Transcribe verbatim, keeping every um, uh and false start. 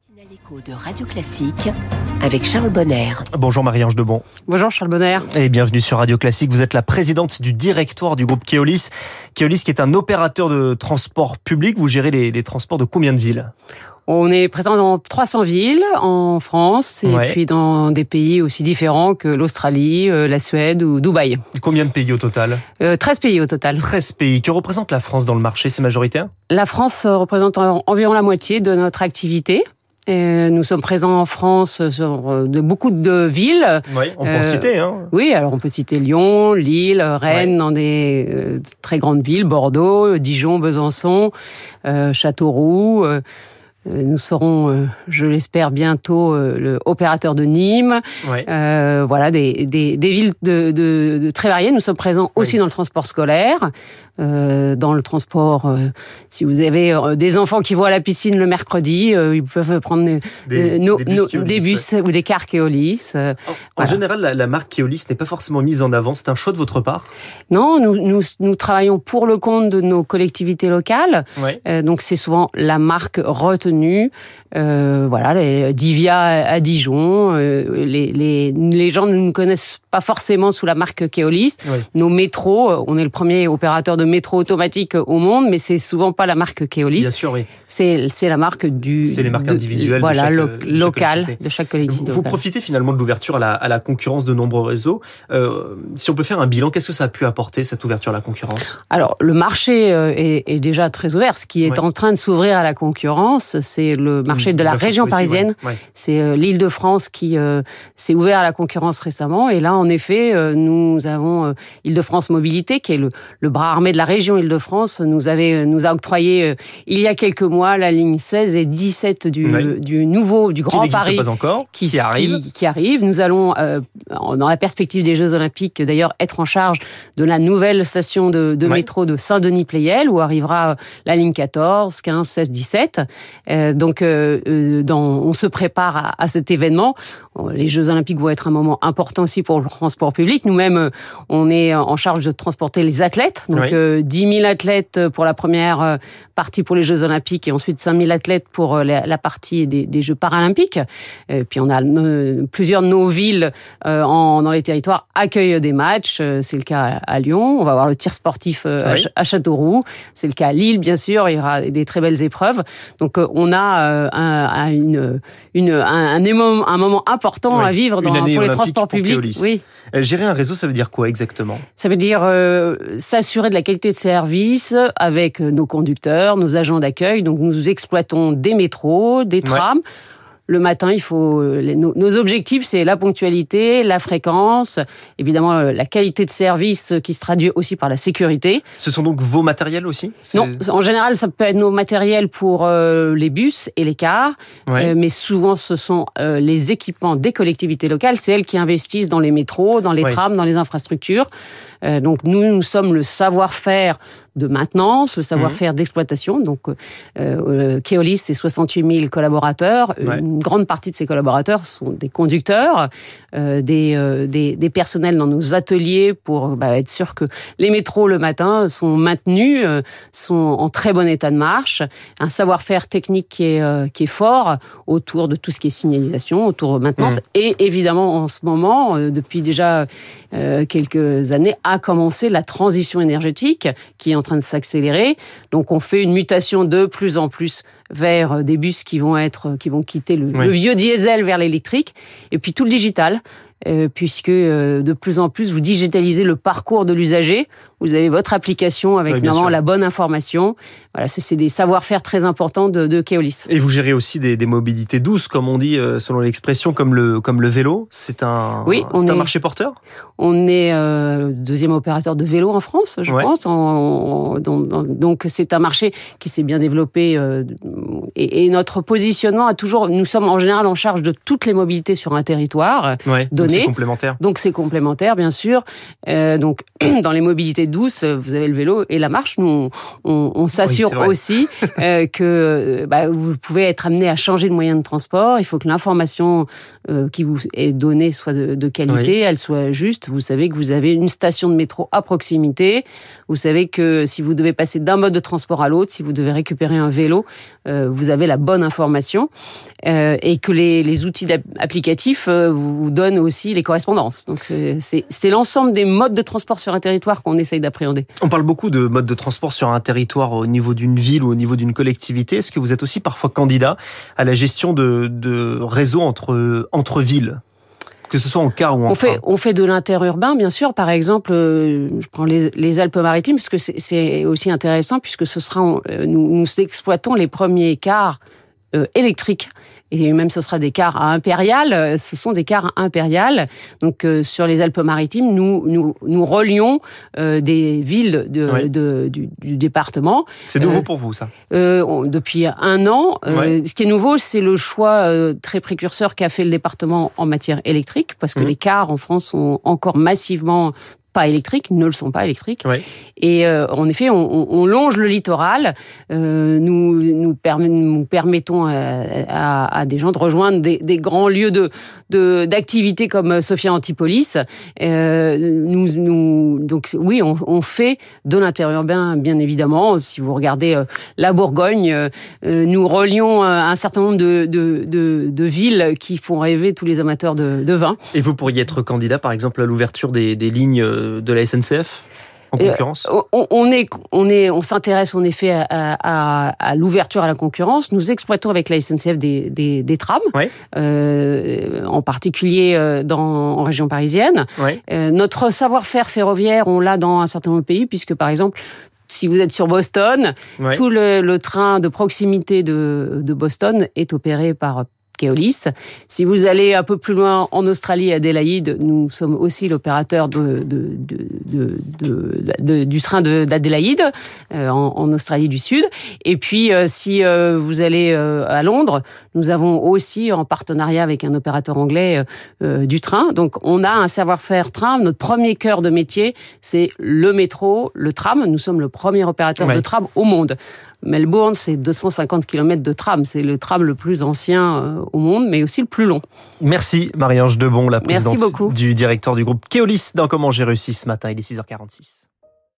matinale écho de Radio Classique avec Charles Bonner. Bonjour Marie-Ange Debon. Bonjour Charles Bonner. Et bienvenue sur Radio Classique. Vous êtes la présidente du directoire du groupe Keolis. Keolis qui est un opérateur de transport public. Vous gérez les, les transports de combien de villes ? On est présent dans trois cents villes en France et ouais. puis dans des pays aussi différents que l'Australie, la Suède ou Dubaï. Combien de pays au total ? euh, treize pays au total. treize pays. Que représente la France dans le marché ? C'est majoritaire ? La France représente environ la moitié de notre activité. Et nous sommes présents en France sur de beaucoup de villes. Oui, on peut euh, en citer. Hein. Oui, alors on peut citer Lyon, Lille, Rennes, ouais. dans des euh, très grandes villes, Bordeaux, Dijon, Besançon, euh, Châteauroux. Euh, Nous serons, je l'espère, bientôt le opérateur de Nîmes. Oui. Euh, voilà, des, des, des villes de, de, de très variées. Nous sommes présents aussi oui. dans le transport scolaire, euh, dans le transport. Euh, si vous avez des enfants qui vont à la piscine le mercredi, euh, ils peuvent prendre des, euh, nos, des bus, nos, Keolis, des bus ouais. ou des cars Keolis. Euh, en voilà. en général, la, la marque Keolis n'est pas forcément mise en avant. C'est un choix de votre part ? Non, nous, nous, nous travaillons pour le compte de nos collectivités locales. Oui. Euh, donc c'est souvent la marque retenue. Euh, voilà, les Divia à Dijon, euh, les, les, les gens ne nous connaissent pas forcément sous la marque Keolis. Oui. Nos métros, on est le premier opérateur de métro automatique au monde, mais c'est souvent pas la marque Keolis. Bien sûr, oui. C'est, c'est la marque du... C'est les marques de, individuelles voilà, de chaque, lo, de chaque locale de chaque collectivité. Vous, vous profitez finalement de l'ouverture à la, à la concurrence de nombreux réseaux. Euh, si on peut faire un bilan, qu'est-ce que ça a pu apporter, cette ouverture à la concurrence ? Alors, le marché est, est déjà très ouvert. Ce qui est ouais. en train de s'ouvrir à la concurrence, c'est le marché de la région parisienne. Ouais. Ouais. C'est euh, l'Île-de-France qui euh, s'est ouvert à la concurrence récemment. Et là, en effet, euh, nous avons euh, Île-de-France Mobilité, qui est le, le bras armé de la région Île-de-France, nous, avait, nous a octroyé euh, il y a quelques mois la ligne seize et dix-sept du, ouais. du nouveau, du Grand qui Paris. Pas encore, qui, qui arrive. Qui, qui arrive. Nous allons, euh, dans la perspective des Jeux Olympiques, d'ailleurs, être en charge de la nouvelle station de, de ouais. métro de Saint-Denis-Pleyel, où arrivera la ligne quatorze, quinze, seize, dix-sept. Euh, donc, euh, dans, on se prépare à, à cet événement. Les Jeux Olympiques vont être un moment important aussi pour le transport public. Nous-mêmes, on est en charge de transporter les athlètes. Donc, oui. euh, dix mille athlètes pour la première partie pour les Jeux Olympiques et ensuite cinq mille athlètes pour la, la partie des, des Jeux Paralympiques. Et puis, on a euh, plusieurs de nos villes euh, en, dans les territoires accueillent des matchs. C'est le cas à, à Lyon. On va avoir le tir sportif euh, oui. à, à Châteauroux. C'est le cas à Lille, bien sûr. Il y aura des très belles épreuves. Donc, euh, on a euh, un, une, une, un, un, un, un moment important oui. à vivre dans, pour les transports pour publics. Keolis. Oui. Euh, gérer un réseau, ça veut dire quoi exactement ? Ça veut dire euh, s'assurer de la qualité de service avec nos conducteurs, nos agents d'accueil. Donc, nous exploitons des métros, des trams. Ouais. Le matin, il faut les, nos, nos objectifs, c'est la ponctualité, la fréquence, évidemment la qualité de service qui se traduit aussi par la sécurité. Ce sont donc vos matériels aussi ? C'est... Non, en général, ça peut être nos matériels pour euh, les bus et les cars, ouais. euh, mais souvent ce sont euh, les équipements des collectivités locales. C'est elles qui investissent dans les métros, dans les ouais. trams, dans les infrastructures. Euh, donc nous, nous sommes le savoir-faire de maintenance, le savoir-faire mmh. d'exploitation. Donc, euh, euh, Keolis, c'est soixante-huit mille collaborateurs. Ouais. Une grande partie de ces collaborateurs sont des conducteurs, euh, des, euh, des, des personnels dans nos ateliers pour bah, être sûr que les métros le matin sont maintenus, euh, sont en très bon état de marche. Un savoir-faire technique qui est, euh, qui est fort autour de tout ce qui est signalisation, autour de maintenance. Mmh. Et évidemment, en ce moment, euh, depuis déjà euh, quelques années, a commencé la transition énergétique qui est en train de s'accélérer. Donc, on fait une mutation de plus en plus vers des bus qui vont être, qui vont quitter le, oui. le vieux diesel vers l'électrique. Et puis, tout le digital, euh, puisque euh, de plus en plus, vous digitalisez le parcours de l'usager. Vous avez votre application avec oui, normalement la bonne information. Voilà, c'est, c'est des savoir-faire très importants de, de Keolis. Et vous gérez aussi des, des mobilités douces, comme on dit, euh, selon l'expression, comme le, comme le vélo. C'est un, oui, c'est est, un marché porteur ? On est euh, deuxième opérateur de vélo en France, je ouais. pense. En, en, dans, dans, donc, c'est un marché qui s'est bien développé. Euh, et, et notre positionnement a toujours... Nous sommes en général en charge de toutes les mobilités sur un territoire ouais. donné. données. Donc c'est complémentaire. Donc c'est complémentaire, bien sûr. Euh, donc dans les mobilités douces, vous avez le vélo et la marche. Nous, on, on s'assure oui, aussi euh, que bah, vous pouvez être amené à changer de moyen de transport. Il faut que l'information euh, qui vous est donnée soit de, de qualité, oui. elle soit juste. Vous savez que vous avez une station de métro à proximité. Vous savez que si vous devez passer d'un mode de transport à l'autre, si vous devez récupérer un vélo, euh, vous avez la bonne information euh, et que les, les outils applicatifs euh, vous donnent aussi les correspondances. Donc c'est, c'est, c'est l'ensemble des modes de transport sur un territoire qu'on essaye d'appréhender. On parle beaucoup de modes de transport sur un territoire au niveau d'une ville ou au niveau d'une collectivité. Est-ce que vous êtes aussi parfois candidat à la gestion de, de réseaux entre, entre villes ? Que ce soit en car ou en on train. fait, on fait de l'interurbain, bien sûr. Par exemple, euh, je prends les, les Alpes-Maritimes, parce que c'est, c'est aussi intéressant, puisque ce sera, euh, nous, nous exploitons les premiers cars euh, électriques. Et même ce sera des cars à impérial, ce sont des cars impériales. Donc euh, sur les Alpes-Maritimes, nous nous nous relions euh, des villes de, oui. de du, du département. C'est nouveau euh, pour vous ça euh, on, Depuis un an, euh, oui. ce qui est nouveau, c'est le choix euh, très précurseur qu'a fait le département en matière électrique, parce que mmh. les cars en France sont encore massivement pas électriques, ne le sont pas électriques. Oui. Et euh, en effet, on, on longe le littoral. Euh, nous, nous, permet, nous permettons à, à, à des gens de rejoindre des, des grands lieux de, de, d'activités comme Sophia Antipolis. Euh, nous, nous, donc oui, on, on fait de l'interurbain, bien évidemment. Si vous regardez euh, la Bourgogne, euh, nous relions un certain nombre de, de, de, de villes qui font rêver tous les amateurs de, de vin. Et vous pourriez être candidat, par exemple, à l'ouverture des, des lignes de la S N C F en concurrence ? euh, on, on est, on est, on s'intéresse en effet à, à, à l'ouverture à la concurrence. Nous exploitons avec la S N C F des, des, des trams, ouais. euh, en particulier dans, en région parisienne. Ouais. Euh, notre savoir-faire ferroviaire, on l'a dans un certain nombre de pays, puisque par exemple, si vous êtes sur Boston, ouais. tout le, le train de proximité de, de Boston est opéré par Keolis. Si vous allez un peu plus loin en Australie, à Adélaïde, nous sommes aussi l'opérateur de, de, de, de, de, de, du train de, d'Adélaïde, euh, en, en Australie du Sud. Et puis, euh, si euh, vous allez euh, à Londres, nous avons aussi, en partenariat avec un opérateur anglais, euh, du train. Donc, on a un savoir-faire train. Notre premier cœur de métier, c'est le métro, le tram. Nous sommes le premier opérateur ouais. de tram au monde. Melbourne, c'est deux cent cinquante kilomètres de tram. C'est le tram le plus ancien au monde, mais aussi le plus long. Merci Marie-Ange Debon, la présidente du directeur du groupe Keolis dans Comment j'ai réussi ce matin. Il est six heures quarante-six.